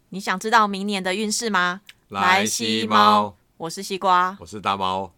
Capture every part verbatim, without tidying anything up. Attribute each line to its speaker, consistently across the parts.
Speaker 1: 你想知道明年的运势吗？
Speaker 2: 来西猫，
Speaker 1: 我是西瓜，
Speaker 2: 我是大猫。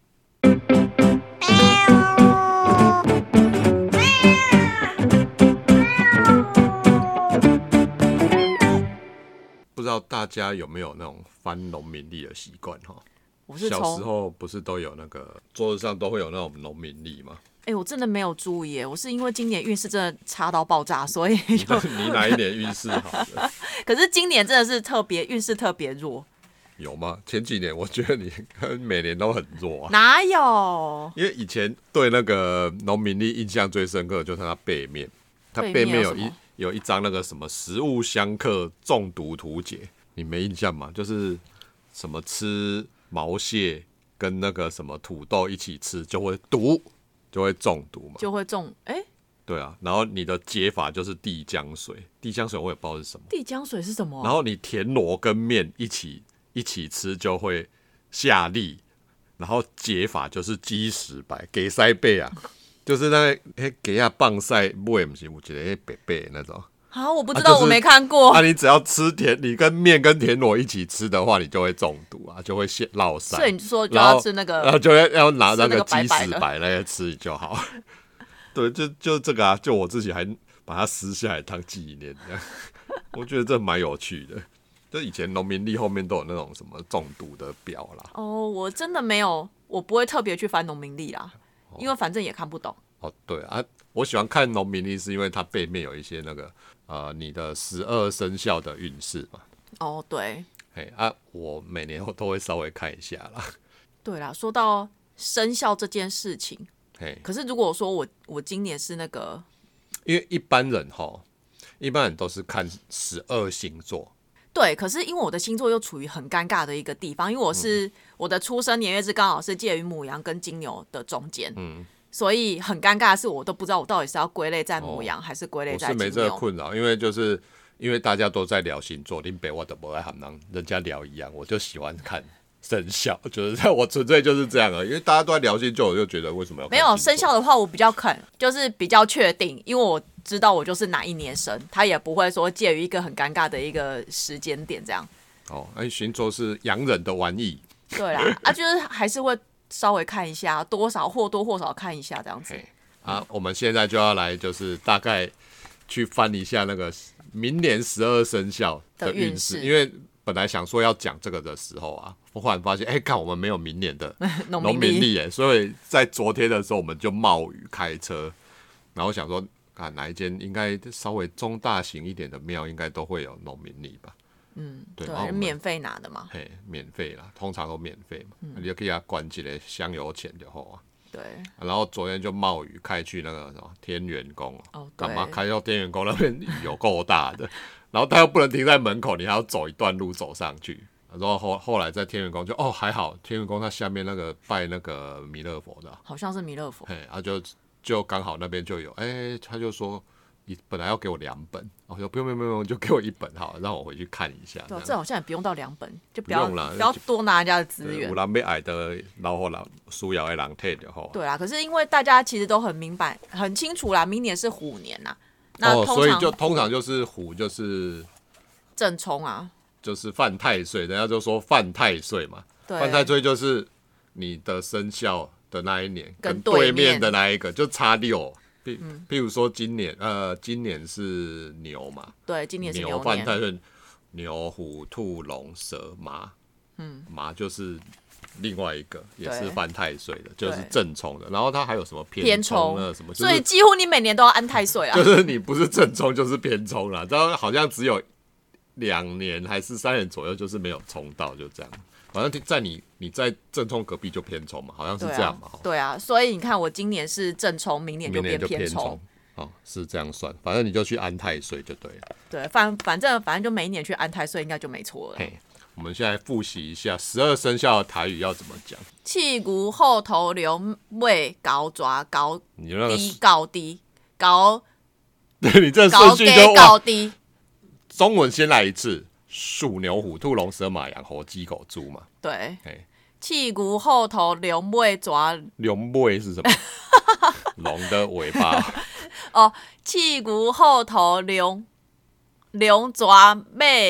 Speaker 2: 不知道大家有没有那种翻农民历的习惯哈？
Speaker 1: 我是
Speaker 2: 小时候不是都有那个桌子上都会有那种农民历吗？
Speaker 1: 哎、欸，我真的没有注意耶，我是因为今年运势真的差到爆炸，所以就
Speaker 2: 你哪一年运势好的？
Speaker 1: 可是今年真的是特别运势特别弱。
Speaker 2: 有吗？前几年我觉得你每年都很弱啊。
Speaker 1: 哪有？
Speaker 2: 因为以前对那个农民历印象最深刻的就是它背面，它背面有一有一张那个什么食物相克中毒图解，你没印象吗？就是什么吃毛蟹跟那个什么土豆一起吃就会毒。就会中毒嘛，
Speaker 1: 就会中，哎、欸，
Speaker 2: 对啊，然后你的解法就是地浆水，地浆水我也不知道是什么，
Speaker 1: 地浆水是什么、啊？
Speaker 2: 然后你田螺跟面一起一起吃就会下痢，然后解法就是鸡屎白给塞贝啊，就是那个给下棒塞尾不是有一个白白那种。
Speaker 1: 啊，我不知道，啊就是、
Speaker 2: 我
Speaker 1: 没看过。
Speaker 2: 啊，你只要吃田，你跟面跟田螺一起吃的话，你就会中毒啊，就会落腮。
Speaker 1: 所以你说就要吃那个，
Speaker 2: 然后就要要拿那个鸡
Speaker 1: 屎
Speaker 2: 白那些吃就好。对，就就这个啊，就我自己还把它撕下来当纪念，这样我觉得这蛮有趣的。就以前农民历后面都有那种什么中毒的表啦。
Speaker 1: 哦，我真的没有，我不会特别去翻农民历啦，哦、因为反正也看不懂。
Speaker 2: 哦，对啊，我喜欢看农民历是因为它背面有一些那个。呃，你的十二生肖的运势嘛？
Speaker 1: 哦，对。
Speaker 2: 嘿啊，我每年我都会稍微看一下啦。
Speaker 1: 对啦，说到生肖这件事情，嘿，可是如果说我我今年是那个，
Speaker 2: 因为一般人哈，一般人都是看十二星座。
Speaker 1: 对，可是因为我的星座又处于很尴尬的一个地方，因为我是、嗯、我的出生年月日刚好是介于牡羊跟金牛的中间。嗯。所以很尴尬的是，我都不知道我到底是要归类在牡羊、哦、还是归类在金牛。
Speaker 2: 我是没这个困扰，因为就是因为大家都在聊星座，林北我都不爱和人家聊一样，我就喜欢看生肖，就是我纯粹就是这样而已。因为大家都在聊星座，我就觉得为什么要看
Speaker 1: 没有生肖的话，我比较肯，就是比较确定，因为我知道我就是哪一年生，他也不会说介于一个很尴尬的一个时间点这样。
Speaker 2: 哦，哎，星座是洋人的玩意。
Speaker 1: 对啦，啊，就是还是会。稍微看一下，多少或多或少看一下这样子。
Speaker 2: 啊，我们现在就要来，就是大概去翻一下那个明年十二生肖的运势，因为本来想说要讲这个的时候啊，我忽然发现，哎、欸，看我们没有明年的农民历耶，所以在昨天的时候我们就冒雨开车，然后想说，看哪一间应该稍微中大型一点的庙，应该都会有农民历吧。
Speaker 1: 嗯，对，对免费拿的嘛，
Speaker 2: 嘿，免费啦，通常都免费嘛，嗯、你就可以给他关几个香油钱就好啊。
Speaker 1: 对，
Speaker 2: 然后昨天就冒雨开去那个什么天元宫
Speaker 1: 哦，
Speaker 2: 干嘛开到天元宫那边雨有够大的，然后他又不能停在门口，你还要走一段路走上去。然后后后来在天元宫就哦还好，天元宫它下面那个拜那个弥勒佛的，
Speaker 1: 好像是弥勒佛，
Speaker 2: 嘿，啊就就刚好那边就有，哎、欸，他就说。你本来要给我两本，我说不用不用不用，就给我一本好了，让我回去看一下。
Speaker 1: 对、啊，这好像也不用到两本，就不要不用不要多拿人家的资源。
Speaker 2: 有人要爱的老或老需要的人退就好。
Speaker 1: 对啦，可是因为大家其实都很明白、很清楚啦，明年是虎年呐。那
Speaker 2: 哦，所以就通常就是虎就是
Speaker 1: 正冲啊，
Speaker 2: 就是犯太岁，人家就说犯太岁嘛。
Speaker 1: 对，
Speaker 2: 犯太岁就是你的生肖的那一年跟对面的那一个就差六。譬, 譬如说今年，呃，今年是牛嘛？
Speaker 1: 对，今年是牛年。
Speaker 2: 牛犯太岁，牛、虎、兔、龙、蛇、马，嗯，马就是另外一个，也是犯太岁的，就是正冲的。然后它还有什么偏冲呢？什么、就是？
Speaker 1: 所以几乎你每年都要安太岁啊。
Speaker 2: 就是你不是正冲就是偏冲啦，然后好像只有两年还是三年左右，就是没有冲到，就这样。好像在你你在正冲隔壁就偏冲嘛，好像是这样嘛。
Speaker 1: 对啊，对啊，所以你看我今年是正冲，明年就变偏冲。
Speaker 2: 哦，是这样算，反正你就去安太岁就对了。
Speaker 1: 对，反反正反正就每一年去安太岁，应该就没错了。
Speaker 2: 嘿，我们现在复习一下十二生肖的台语要怎么讲。
Speaker 1: 气骨后头流尾高抓高低高低高，
Speaker 2: 对你这顺序就
Speaker 1: 高低。
Speaker 2: 中文先来一次。鼠、牛、虎、兔、龙、蛇、马、羊、猴、鸡、狗、猪嘛。
Speaker 1: 对。气骨后头龙尾抓。
Speaker 2: 龙尾是什么？龙的尾巴。
Speaker 1: 哦，气骨后头龙龙抓尾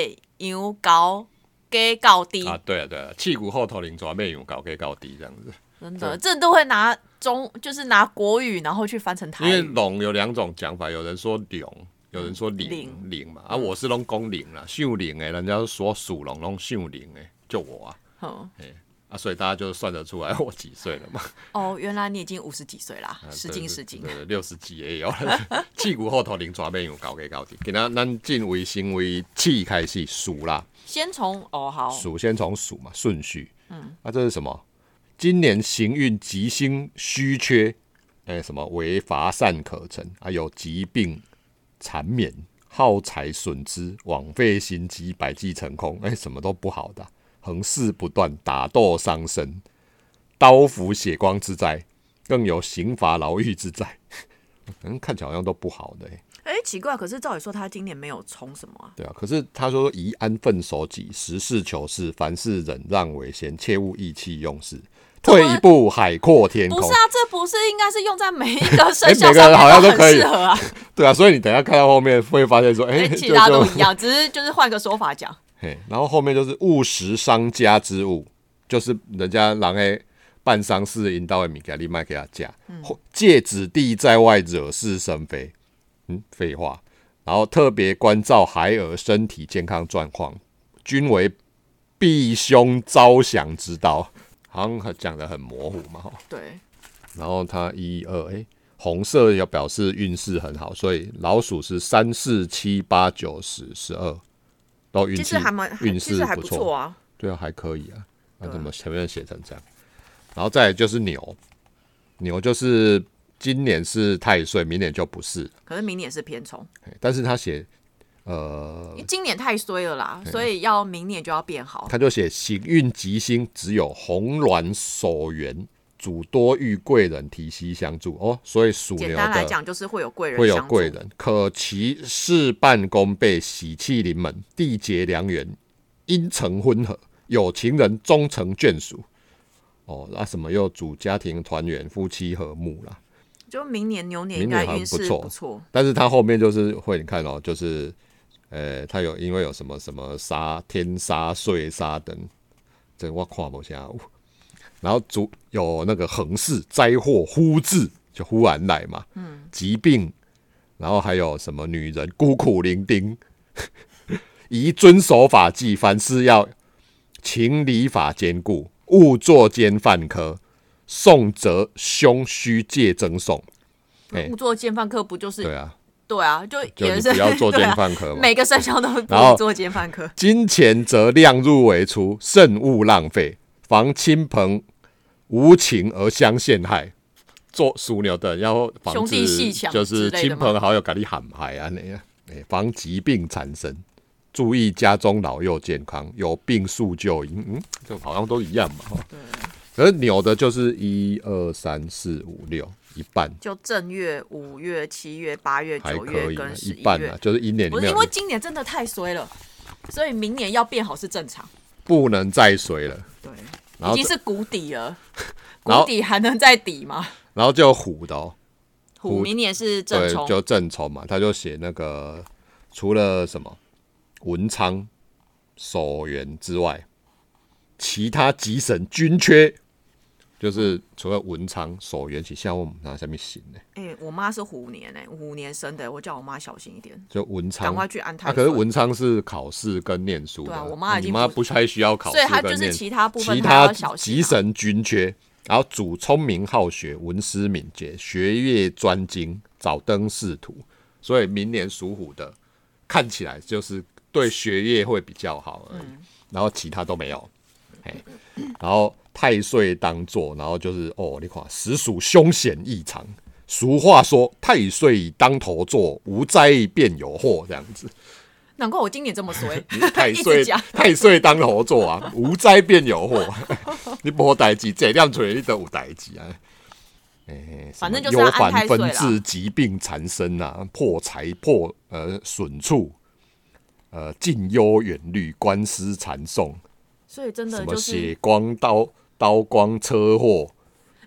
Speaker 1: 羊高给高低
Speaker 2: 啊，对啊对啊，屁股后头灵抓妹羊高给高低这样子，
Speaker 1: 真的，这都会拿中就是拿国语然后去翻成台语。
Speaker 2: 因为龙有两种讲法，有人说龙，有人说灵灵嘛，啊，我是拢讲灵啦，姓灵诶，人家说属龙拢姓灵诶，就我啊，嗯，哎。啊，所以大家就算得出来我几岁了嘛？
Speaker 1: 哦，原来你已经五十几岁啦，失敬失敬。
Speaker 2: 对，六十几也有了。屁股后头零抓面有高给高低，给咱咱进为行为气开始数啦。
Speaker 1: 先从哦好
Speaker 2: 数，先从数嘛顺序。嗯，啊，这是什么？今年行运吉星虚缺，哎、欸，什么为乏善可陈啊？有疾病缠绵，耗财损资，枉费心机，百计成空。哎、欸，什么都不好的、啊。横事不断，打斗伤身，刀斧血光之灾，更有刑罚牢狱之灾。嗯，看起来好像都不好的、欸。
Speaker 1: 哎、欸，奇怪，可是照理说他今年没有冲什么啊？
Speaker 2: 对啊，可是他说宜安分守己，实事求是，凡事忍让为先，切勿意气用事。退一步，海阔天空。
Speaker 1: 不是啊，这不是应该是用在每一个生肖上面、欸、
Speaker 2: 每个人好像都可以
Speaker 1: 适合啊。
Speaker 2: 对啊，所以你等一下看到后面会发现说，哎、欸，
Speaker 1: 其他都一样，只是就是换个说法讲。
Speaker 2: 然后后面就是务实商家之物，就是人家人诶办丧事引导的物件，你卖给他价。借子弟在外惹是生非，嗯，废话。然后特别关照孩儿身体健康状况，均为避凶招降之道。好像讲得很模糊嘛，
Speaker 1: 对。
Speaker 2: 然后他一二哎，红色要表示运势很好，所以老鼠是三四七八九十十二。都运气运势不错
Speaker 1: 啊，
Speaker 2: 对啊，还可以啊。那、啊、怎么前面写成这样？然后再来就是牛，牛就是今年是太岁，明年就不是。
Speaker 1: 可是明年是偏冲，
Speaker 2: 但是他写呃，
Speaker 1: 今年太衰了啦，所以要明年就要变好。
Speaker 2: 他就写行运吉星只有红鸾守缘，主多遇贵人提携相助哦，所以属牛的
Speaker 1: 简单来讲就是会有贵人，
Speaker 2: 会有贵人，可其事半功倍，喜气临门，缔结良缘，姻成婚合，有情人终成眷属。哦，那、啊、什么又主家庭团圆，夫妻和睦啦。
Speaker 1: 就明年牛年应该运势不错，
Speaker 2: 但是他后面就是会你看哦，就是呃，他有因为有什么什么杀天杀岁杀等，这个我看不下有。然后主有那个横事灾祸忽至，就忽然来嘛，嗯，疾病，然后还有什么女人孤苦伶仃，宜遵守法纪，凡事要情理法兼顾，勿作奸犯科，讼则凶虚借赠送。
Speaker 1: 勿作奸犯科不就是
Speaker 2: 对啊？
Speaker 1: 对啊，就
Speaker 2: 也是不要作奸犯科嘛、啊。
Speaker 1: 每个生肖都不能作奸犯科。
Speaker 2: 金钱则量入为出，慎勿浪费，防亲朋无情而相陷害。做属牛的要防止就是亲朋好友给你陷害啊，那样防疾病缠身，注意家中老幼健康，有病速就医。嗯，就好像都一样嘛。对。可是牛的就是一二三四五六一半，
Speaker 1: 就正月、五月、七月、八月、九月跟十一月
Speaker 2: 一半啊，就是一年里面。
Speaker 1: 不是因为今年真的太衰了，所以明年要变好是正常，
Speaker 2: 不能再衰了。
Speaker 1: 对，已经是谷底了，谷底还能再底吗？
Speaker 2: 然后就虎的哦，
Speaker 1: 虎明年是正冲，
Speaker 2: 就正冲嘛，他就写那个除了什么文昌、守元之外，其他吉神均缺。就是除了文昌、守元，其像我们拿下面行呢。
Speaker 1: 哎、欸，我妈是虎年哎、欸，虎年生的，我叫我妈小心一点。
Speaker 2: 就文昌，
Speaker 1: 赶快去安太岁。
Speaker 2: 啊，可是文昌是考试跟念书的。
Speaker 1: 对啊，我妈已经
Speaker 2: 你妈不太需要考试跟念，
Speaker 1: 所以她就是其他部分
Speaker 2: 其
Speaker 1: 他
Speaker 2: 他吉神均缺。然后主聪明好学，文思敏捷，学业专精，早登仕途。所以明年属虎的看起来就是对学业会比较好而已，嗯、然后其他都没有。然后太岁当坐，然后就是哦，你看实属凶险异常。俗话说太岁当头坐，无灾便有祸，这样子。
Speaker 1: 难怪我今年这么衰，
Speaker 2: 太岁太岁当头坐啊，无灾便有祸。你无代志，这样做你都有代志啊。欸、
Speaker 1: 反正就是要按太岁啦。
Speaker 2: 忧烦纷至，疾病缠身啊，破财破呃损处，呃近忧远虑，官司缠讼。
Speaker 1: 所以真的就是
Speaker 2: 什么血光刀刀光车祸，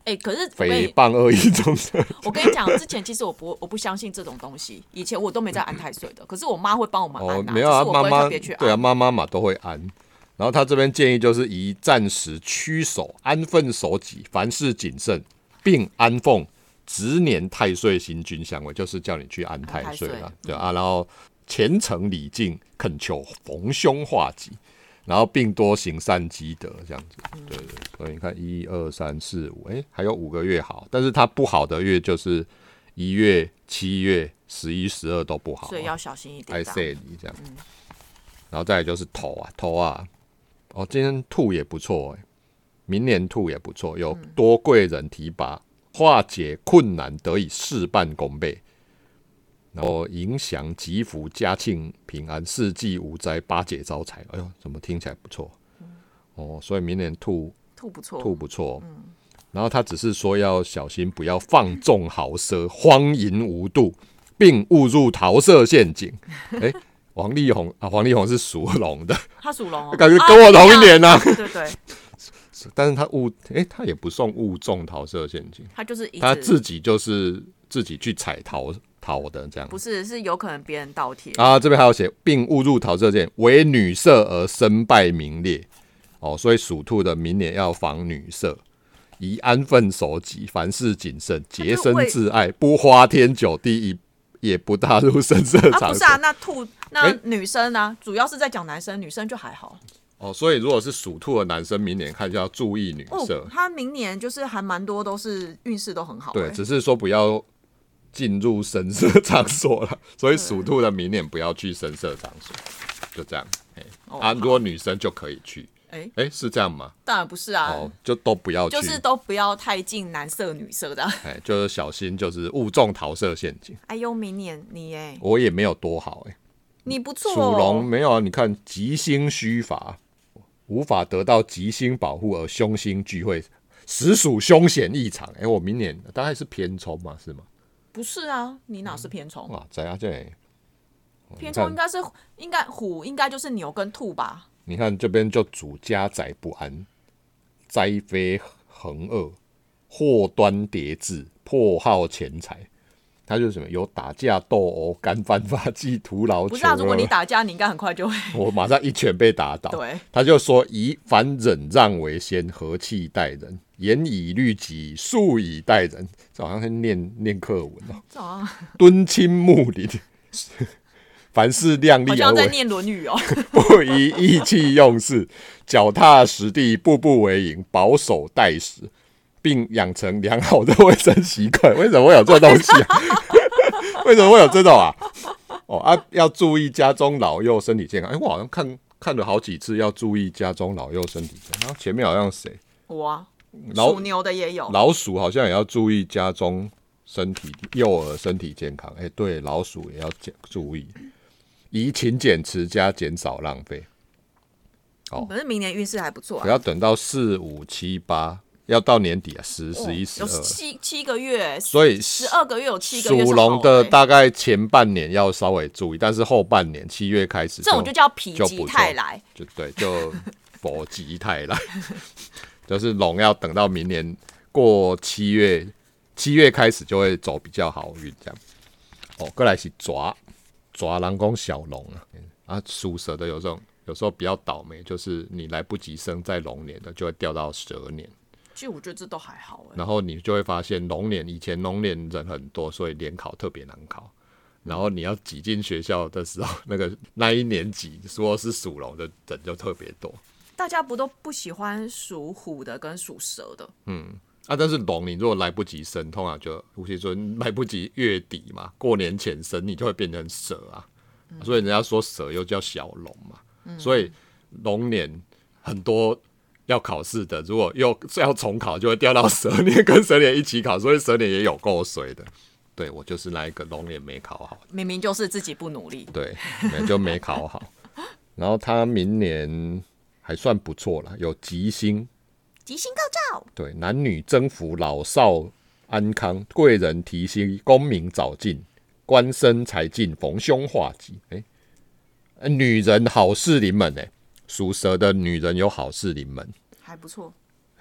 Speaker 1: 哎、欸，可是
Speaker 2: 诽谤恶意中射。
Speaker 1: 我跟你讲，之前其实我不我不相信这种东西，以前我都没在安太岁的，可是我妈会帮我们安、啊
Speaker 2: 哦，没有啊，妈妈对啊，妈妈嘛都会安。然后他这边建议就是宜暂时屈守，安分守己，凡事谨慎，并安奉值年太岁星君相位，就是叫你去安太岁啦，对啊，然后虔诚礼敬，恳求逢凶化吉。然后并多行善积德，这样子，对对，所以你看一二三四五，哎，还有五个月好，但是它不好的月就是一月、七月、十一、十二都不好，
Speaker 1: 所以要小心一点。
Speaker 2: I say 你这样，嗯、然后再来就是头啊，头啊，哦，今天兔也不错哎，明年兔也不错，有多贵人提拔，化解困难，得以事半功倍。然后迎祥吉福家庆平安四季无灾八解招财，哎呦，怎么听起来不错、嗯、哦，所以明年兔
Speaker 1: 兔不错，
Speaker 2: 兔不错、嗯。然后他只是说要小心，不要放纵豪奢，荒淫无度，并误入桃色陷阱。哎，王力宏啊，王力宏是属龙的，
Speaker 1: 他属龙、哦，
Speaker 2: 感觉跟我同一年啊。
Speaker 1: 对对对。
Speaker 2: 但是他误，哎，他也不算误中桃色陷阱，
Speaker 1: 他就是
Speaker 2: 他自己就是自己去踩桃。桃的这样
Speaker 1: 不是，是有可能别人倒贴
Speaker 2: 啊。这边还有写，并误入桃色陷，为女色而身败名裂。哦，所以属兔的明年要防女色，宜安分守己，凡事谨慎，洁身自爱，不花天酒地，也不踏入深色场所。
Speaker 1: 啊，不是啊，那兔那女生啊，主要是在讲男生，女生就还好。
Speaker 2: 哦，所以如果是属兔的男生，明年看就要注意女色。
Speaker 1: 哦、他明年就是还蛮多都是运势都很好、欸。
Speaker 2: 对，只是说不要进入深色场所了，所以属兔的明年不要去深色场所，就这样。哦、啊，如果女生就可以去，哎、欸欸，是这样吗？
Speaker 1: 当然不是啊，
Speaker 2: 哦，就都不要去，
Speaker 1: 就是都不要太近男色女色的，
Speaker 2: 哎、欸，就是小心，就是误中桃色陷阱。
Speaker 1: 哎呦，明年你哎，
Speaker 2: 我也没有多好哎、欸，
Speaker 1: 你不错、哦，
Speaker 2: 属龙没有啊？你看吉星虚乏，无法得到吉星保护而凶星聚会，实属凶险异常。哎、欸，我明年大概是偏冲嘛，是吗？
Speaker 1: 不是啊，你哪是偏冲、
Speaker 2: 嗯、啊？在啊，这
Speaker 1: 偏冲应该是应该虎，应该就是牛跟兔吧？
Speaker 2: 你看这边就主家宅不安，灾非横恶，祸端叠至，破耗钱财。他就是什么有打架斗殴、干翻发迹、徒劳。
Speaker 1: 不是啊，如果你打架，你应该很快就会。我
Speaker 2: 马上一拳被打倒。
Speaker 1: 对，
Speaker 2: 他就说：以凡忍让为先，和气待人，严以律己，肃以待人。这好像是念念课文哦。
Speaker 1: 这好像
Speaker 2: 敦亲睦邻，凡事量力而为。
Speaker 1: 好像在念《论语》哦。
Speaker 2: 不宜意气用事，脚踏实地，步步为营，保守待时。并养成良好的卫生习惯。为什么会有这东西啊？为什么会有这种啊？哦啊，要注意家中老幼身体健康。哎、欸，我好像看看了好几次，要注意家中老幼身体健康。然后前面好像谁？
Speaker 1: 我啊，属牛的也有。
Speaker 2: 老鼠好像也要注意家中身体幼儿身体健康。哎、欸，对，老鼠也要注意，宜勤俭持家，减少浪费。
Speaker 1: 哦，可是明年运势还不错、啊。
Speaker 2: 不要等到四五七八。要到年底啊，十、十一、十二，
Speaker 1: 有七七个月，
Speaker 2: 所以
Speaker 1: 十二个月有七个月是好的。
Speaker 2: 属龙的大概前半年要稍微注意，但是后半年七月开始，
Speaker 1: 这种就叫否极泰来，
Speaker 2: 就对，就否极泰来，就是龙要等到明年过七月，七月开始就会走比较好运这样。哦，过来是抓抓人讲小龙啊，啊，属蛇的有这种，有时候比较倒霉，就是你来不及生在龙年的，就会掉到蛇年。
Speaker 1: 其实我觉得这都还好、欸、
Speaker 2: 然后你就会发现龙年以前龙年人很多，所以联考特别难考。然后你要挤进学校的时候，那个那一年级说是属龙的人就特别多。
Speaker 1: 大家不都不喜欢属虎的跟属蛇的？
Speaker 2: 嗯啊，但是龙你如果来不及生，通常就吴其说来不及月底嘛，过年前生，你就会变成蛇啊。嗯、所以人家说蛇又叫小龙嘛，嗯、所以龙年很多。要考试的，如果又要重考，就会掉到蛇年跟蛇年一起考，所以蛇年也有够衰的。对，我就是那一个龙年没考好，
Speaker 1: 明明就是自己不努力，
Speaker 2: 对，就没考好。然后他明年还算不错啦，有吉星，
Speaker 1: 吉星高照，
Speaker 2: 对，男女征服，老少安康，贵人提携，功名早进，官升财进，逢凶化吉。哎、欸，女人好事临门哎、欸。属蛇的女人有好事临门，
Speaker 1: 还不错。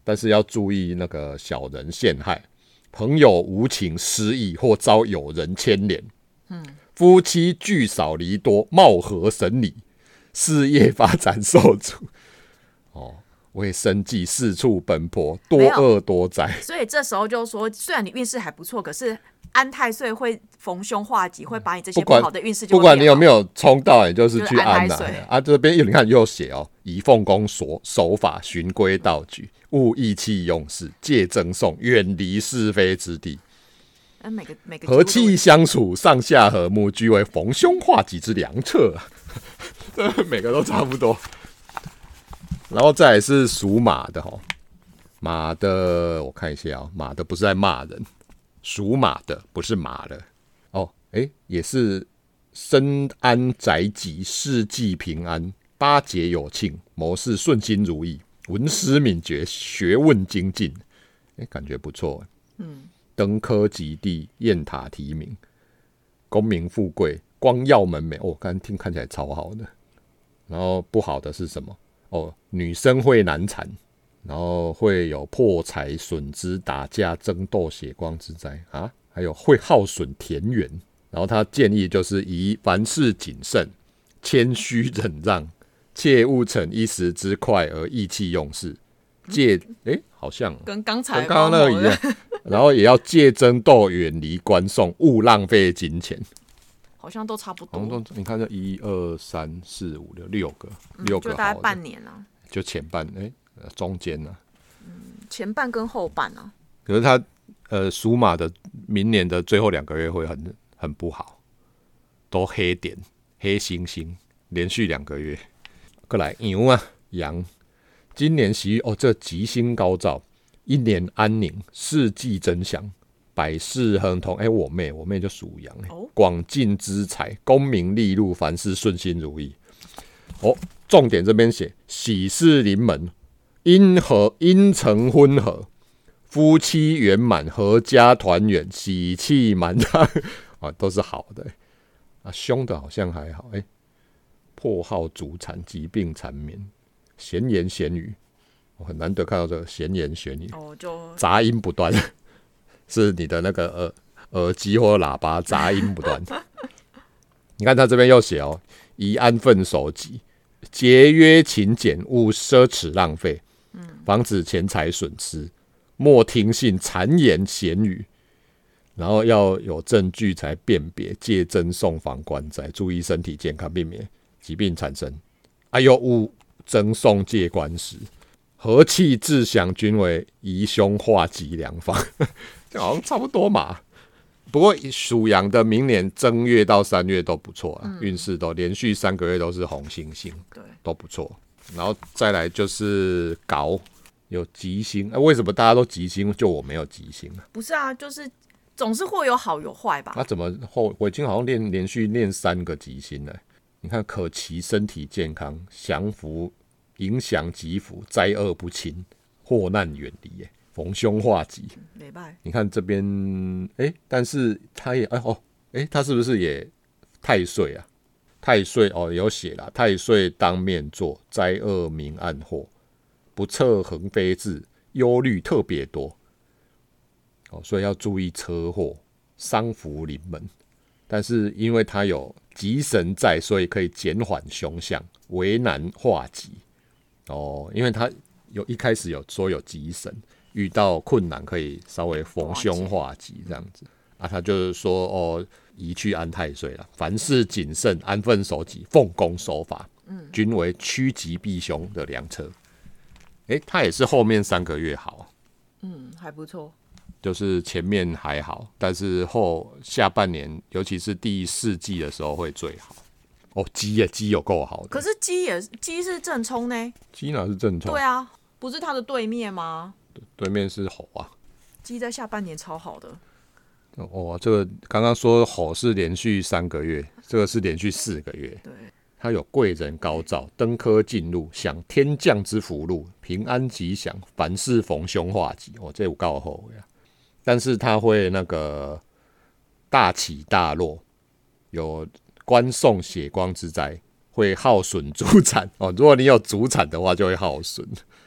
Speaker 2: 但是要注意那个小人陷害，朋友无情失意或遭友人牵连，嗯，夫妻聚少离多，貌合神离，事业发展受阻，哦，为生计四处奔波，多恶多灾。
Speaker 1: 所以这时候就说，虽然你运势还不错，可是安太岁会逢凶化吉，会把你这些不好的运势就
Speaker 2: 不管你有没有冲到，你就是去安
Speaker 1: 啊。
Speaker 2: 啊，这边你看又写哦，以奉公守守法，循规蹈矩，勿意气用事，戒赠送，远离是非之地。
Speaker 1: 每个每个
Speaker 2: 和气相处，上下和睦，均为逢凶化吉之良策。每个都差不多。然后再来是属马的哈，马的我看一下哦，马的不是在骂人。属马的不是马了哦，哎，也是身安宅吉，事迹平安，八节有庆，谋事顺心如意，文思敏捷，学问精进，哎，感觉不错。嗯，登科及第，雁塔提名，功名富贵，光耀门楣。哦，刚听看起来超好的。然后不好的是什么？哦，女生会难产。然后会有破财损资、打架争斗、血光之灾啊，还有会耗损田园。然后他建议就是宜凡事谨慎，谦虚忍让，切勿逞一时之快而意气用事。戒哎，好像
Speaker 1: 跟刚才
Speaker 2: 跟刚刚那个一样。然后也要戒争斗，远离官送，勿浪费金钱。
Speaker 1: 好像都差不多。
Speaker 2: 你看这一二三四五六六个，嗯、六个好的，
Speaker 1: 就大概半年啊，
Speaker 2: 就前半哎。中间呢、啊
Speaker 1: 嗯，前半跟后半啊。
Speaker 2: 可是他呃属马的明年的最后两个月会很很不好，都黑点黑星星，连续两个月。过来羊啊羊，今年喜哦，这吉星高照，一年安宁，事迹增祥，百事亨通。哎、欸，我妹我妹就属羊，广、哦、进资财，功名利禄，凡事顺心如意。哦，重点这边写喜事临门。因和因成婚合，夫妻圆满，阖家团圆，喜气满堂啊，都是好的、欸。啊，凶的好像还好，哎、欸，破耗祖产，疾病缠绵，闲言闲语，我很难得看到这个闲言闲语，
Speaker 1: 哦，就
Speaker 2: 杂音不断，是你的那个耳耳机或喇叭杂音不断。你看他这边又写哦，宜安分守己，节约勤俭，勿奢侈浪费。防止钱财损失，莫听信谗言闲语，然后要有证据才辨别，戒赠送防官灾，注意身体健康，避免疾病产生。哎呦，勿赠送借官时，和气自祥，均为宜凶化吉良方。这好像差不多嘛。不过属羊的明年正月到三月都不错啊，运势、嗯、都连续三个月都是红星星，对，都不错。然后再来就是搞有吉星、啊，为什么大家都吉星，就我没有吉星啊？
Speaker 1: 不是啊，就是总是会有好有坏吧？
Speaker 2: 那、啊、怎么后我已经好像练连续练三个吉星了？你看，可祈身体健康，降福影响吉福，灾厄不侵，祸难远离，逢凶化吉。没办，你看这边，哎、欸，但是他也哎哦，哎、欸，他是不是也太岁啊？太岁哦，有写啦，太岁当面坐，灾厄明暗祸，不测横飞至，忧虑特别多。哦，所以要注意车祸、伤福临门。但是因为他有吉神在，所以可以减缓凶相，为难化吉。哦，因为他有一开始有说有吉神，遇到困难可以稍微逢凶化吉这样子啊，他就是说哦。宜去安太岁了，凡事谨慎，安分守己，奉公守法，嗯，均为趋吉避凶的良策。哎、欸，他也是后面三个月好，
Speaker 1: 嗯，还不错。
Speaker 2: 就是前面还好，但是后下半年，尤其是第四季的时候会最好。哦，鸡也鸡有够好的，
Speaker 1: 可是鸡也鸡是正冲呢？
Speaker 2: 鸡哪是正冲？
Speaker 1: 对啊，不是它的对面吗？
Speaker 2: 对，对面是猴啊。
Speaker 1: 鸡在下半年超好的。
Speaker 2: 哦，这个刚刚说猴是连续三个月，这个是连续四个月。对，它有贵人高照，登科进入，享天降之福禄，平安吉祥，凡事逢凶化吉。哦，这有够好呀！但是它会那个大起大落，有官送血光之灾，会耗损祖产。哦，如果你有祖产的话，就会耗损。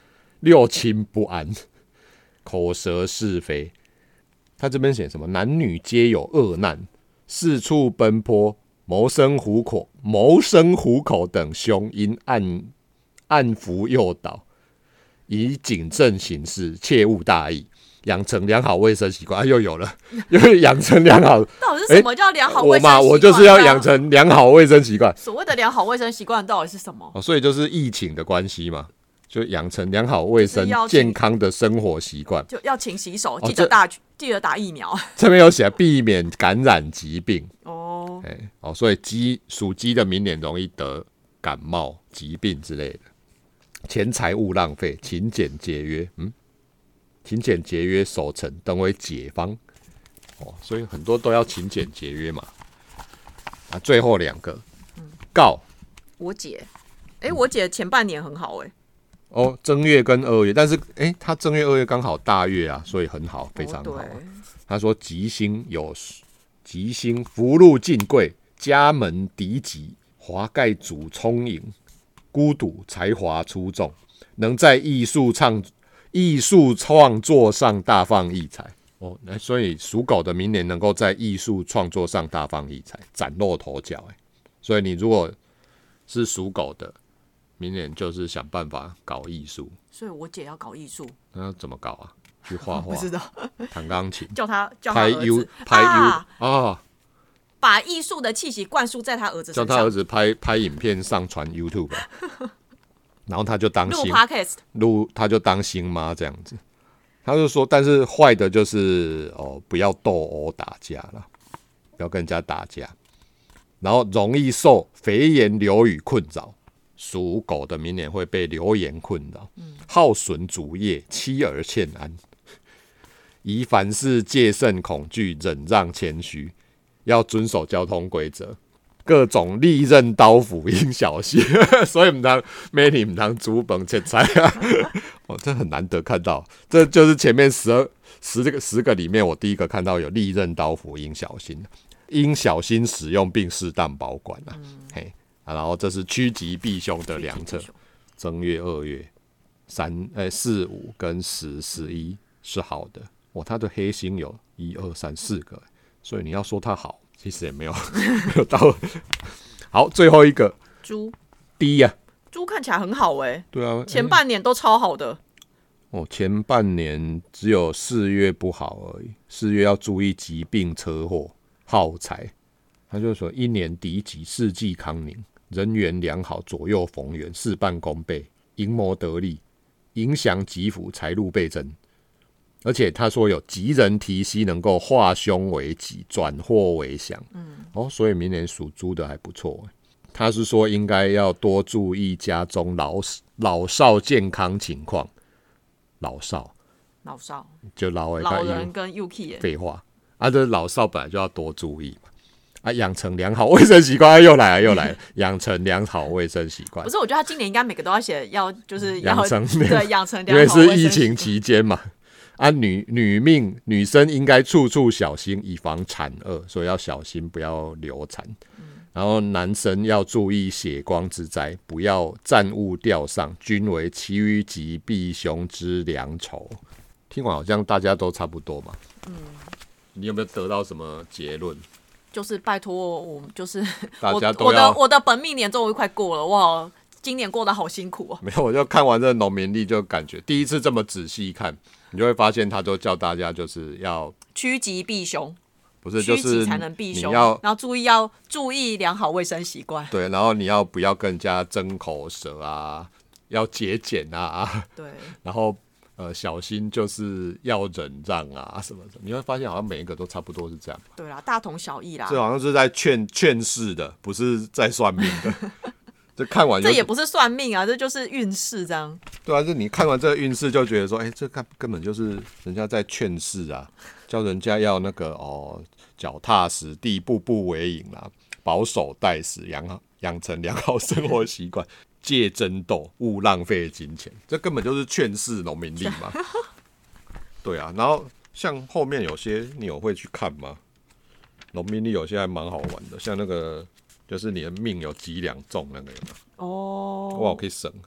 Speaker 2: 六亲不安，口舌是非。他这边写什么？男女皆有恶难，四处奔波，谋生糊口，谋生糊口等凶，因暗暗伏诱导，以谨慎行事，切勿大意。养成良好卫生习惯、啊，又有了，又养成良好。
Speaker 1: 到底是什么叫良好卫生习惯、
Speaker 2: 欸？我嘛，我就是要养成良好卫生习惯。
Speaker 1: 所谓的良好卫生习惯到底是什么、
Speaker 2: 哦？所以就是疫情的关系嘛，就养成良好卫生、健康的生活习惯，
Speaker 1: 就要勤洗手，记得打、哦、记得打疫苗。
Speaker 2: 这边有写避免感染疾病
Speaker 1: 哦。
Speaker 2: 欸、哦，所以鸡属鸡的明年容易得感冒、疾病之类的。钱财勿浪费，勤俭节约。嗯。勤俭节约守成，等为解方、哦、所以很多都要勤俭节约嘛。啊，最后两个，嗯、告
Speaker 1: 我姐，哎、欸，我姐前半年很好哎、欸。
Speaker 2: 哦，正月跟二月，但是哎，她、欸、正月、二月刚好大月啊，所以很好，非常好、啊。他、哦、说吉星有吉星，福禄进贵，家门嫡吉，华盖主聪颖，孤独才华出众，能在艺术唱。艺术创作上大放异彩哦，所以属狗的明年能够在艺术创作上大放异彩，崭露头角。所以你如果是属狗的，明年就是想办法搞艺术。
Speaker 1: 所以我姐要搞艺术，
Speaker 2: 那要怎么搞啊？去画画，
Speaker 1: 不知道，
Speaker 2: 弹钢琴，
Speaker 1: 叫他叫他儿子
Speaker 2: 拍 U
Speaker 1: 啊，
Speaker 2: 哦、
Speaker 1: 把艺术的气息灌输在他儿子身上，
Speaker 2: 叫他儿子拍拍影片上传 YouTube。然后他就当星，录他就当星妈这样子。他就说，但是坏的就是哦，不要斗殴打架啦，不要跟人家打架。然后容易受肥言流语困扰，属狗的明年会被流言困扰，嗯、耗损主业，妻儿欠安。宜凡事戒慎恐惧，忍让谦虚，要遵守交通规则。各种利刃刀斧应小心，所以唔当每年唔当煮饭切菜啊！哦，这很难得看到，这就是前面十二十个十个里面，我第一个看到有利刃刀斧应小心，应小心使用并适当保管啊。嗯、嘿啊，然后这是趋吉避凶的良策，正月、二月、三呃四五跟十十一是好的。哦，它的黑星有一二三四个，所以你要说它好。其实也没有没有到。好，最后一个
Speaker 1: 猪
Speaker 2: D 呀、啊，
Speaker 1: 猪看起来很好哎、欸。
Speaker 2: 对啊，
Speaker 1: 前半年都超好的。
Speaker 2: 哦，前半年只有四月不好而已，四月要注意疾病、车祸、耗财。他就说一年敌吉，四季康宁，人缘良好，左右逢源，事半功倍，营谋得利，影响吉福，财路倍增。而且他说有吉人提息，能够化凶为吉，转祸为祥。嗯，哦，所以明年属猪的还不错。他是说应该要多注意家中老老少健康情况。老少，
Speaker 1: 老少
Speaker 2: 就老
Speaker 1: 老人跟 Yuki
Speaker 2: 废话啊，这老少本来就要多注意嘛。啊，养成良好卫生习惯、啊，又来了又来了，养成良好卫生习惯。
Speaker 1: 不是，我觉得他今年应该每个都要写，要就是要
Speaker 2: 养成
Speaker 1: 对养成良好卫生习惯，
Speaker 2: 因为是疫情期间嘛。啊女，女命女生应该处处小心，以防产厄，所以要小心不要流产。嗯、然后男生要注意血光之灾，不要暂物吊上，均为趋吉避凶之良筹。听完好像大家都差不多嘛。嗯，你有没有得到什么结论？
Speaker 1: 就是拜托我，就是
Speaker 2: 大家都要
Speaker 1: 我的我的本命年终于快过了，哇，今年过得好辛苦哦。
Speaker 2: 没有，我就看完这农民历，就感觉第一次这么仔细看。你就会发现，他都叫大家就是要
Speaker 1: 趋吉避凶，
Speaker 2: 不是就是
Speaker 1: 才能避凶，
Speaker 2: 要
Speaker 1: 然后注意要注意良好卫生习惯。
Speaker 2: 对，然后你要不要跟人家争口舌啊？要节俭啊？
Speaker 1: 对，
Speaker 2: 然后呃小心就是要忍让啊什么的。你会发现好像每一个都差不多是这样。
Speaker 1: 对啦，大同小异啦。
Speaker 2: 这好像是在劝劝世的，不是在算命的。这看完
Speaker 1: 这也不是算命啊，这就是运势这样。
Speaker 2: 对啊，就你看完这个运势就觉得说，哎、欸，这根本就是人家在劝世啊，叫人家要那个哦，脚踏实地，步步为营啦，保守待时，养养成良好生活习惯，戒争斗，勿浪费金钱。这根本就是劝世农民历嘛。对啊，然后像后面有些你有会去看吗？农民历有些还蛮好玩的，像那个。就是你的命有几两重那个有没有？
Speaker 1: 哦，
Speaker 2: 我可以省。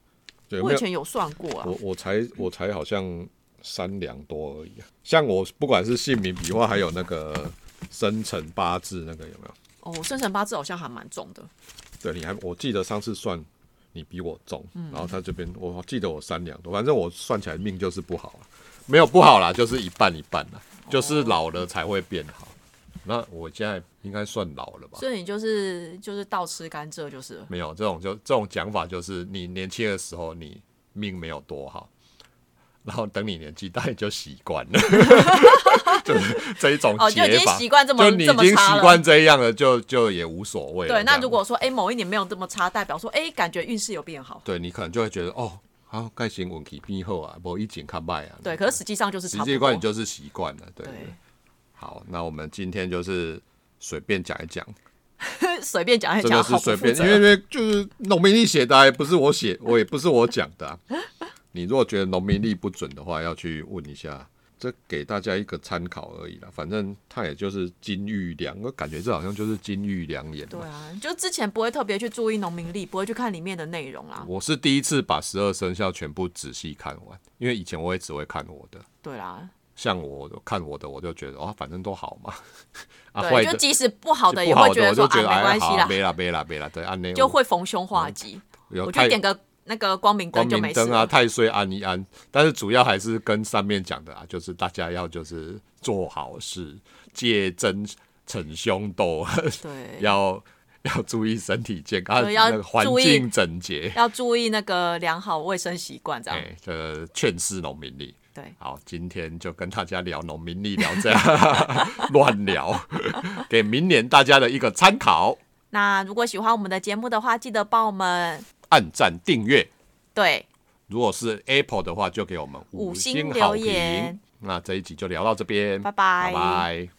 Speaker 2: 对，
Speaker 1: 我以前有算过啊，
Speaker 2: 我我才我才好像三两多而已啊。像我不管是姓名笔画，还有那个生辰八字那个有没有？
Speaker 1: 哦，生辰八字好像还蛮重的。
Speaker 2: 对，你还我记得上次算你比我重，嗯、然后他这边我记得我三两多，反正我算起来命就是不好啊，没有不好啦，就是一半一半啦，哦、就是老了才会变好。那我现在应该算老了吧？
Speaker 1: 所以你就是就是倒吃甘蔗就是了。
Speaker 2: 没有这种就这种讲法，就是你年轻的时候你命没有多好，然后等你年纪大你就习惯了，就是这一种解法。哦，就
Speaker 1: 已经习惯这么
Speaker 2: 就你已经习惯这样了，就就也无所谓了。
Speaker 1: 对，那如果说哎、欸、某一年没有这么差，代表说哎、欸、感觉运势有变好。
Speaker 2: 对，你可能就会觉得哦，好，该行运气变好啊，无以前较歹啊。
Speaker 1: 对，可是实际上就是差不多。
Speaker 2: 实际上你就是习惯了，对。
Speaker 1: 对
Speaker 2: 好，那我们今天就是随便讲一讲，
Speaker 1: 随便讲一讲，
Speaker 2: 真的是随便，因为因为就是农民历写的，也不是我写，我也不是我讲的、啊。你如果觉得农民历不准的话，要去问一下，这给大家一个参考而已啦。反正它也就是金玉良，我感觉这好像就是金玉良言。
Speaker 1: 对啊，就之前不会特别去注意农民历，不会去看里面的内容啦。
Speaker 2: 我是第一次把十二生肖全部仔细看完，因为以前我也只会看我的。
Speaker 1: 对啦。
Speaker 2: 像我看我的，我就觉得哦，反正都好嘛。
Speaker 1: 啊，对，就即使不好的也会觉得说
Speaker 2: 啊，没
Speaker 1: 关系啦，
Speaker 2: 没啦没啦没啦，对，按那
Speaker 1: 就会逢凶化吉。嗯、我就点个那个光明灯就没事了。
Speaker 2: 光明灯啊，太岁安一安，但是主要还是跟上面讲的啊，就是大家要就是做好事，戒争逞凶斗狠，对，要要注意身体健康，要环境整洁，
Speaker 1: 要注意那个良好卫生习惯，这样。
Speaker 2: 哎，这劝世农民历。
Speaker 1: 对，
Speaker 2: 好，今天就跟大家聊农民历，聊这样乱聊，给明年大家的一个参考。
Speaker 1: 那如果喜欢我们的节目的话，记得帮我们
Speaker 2: 按赞订阅。
Speaker 1: 对，
Speaker 2: 如果是 Apple 的话，就给我们五星好评。
Speaker 1: 留言。
Speaker 2: 那这一集就聊到这边，
Speaker 1: 拜拜，
Speaker 2: 拜拜。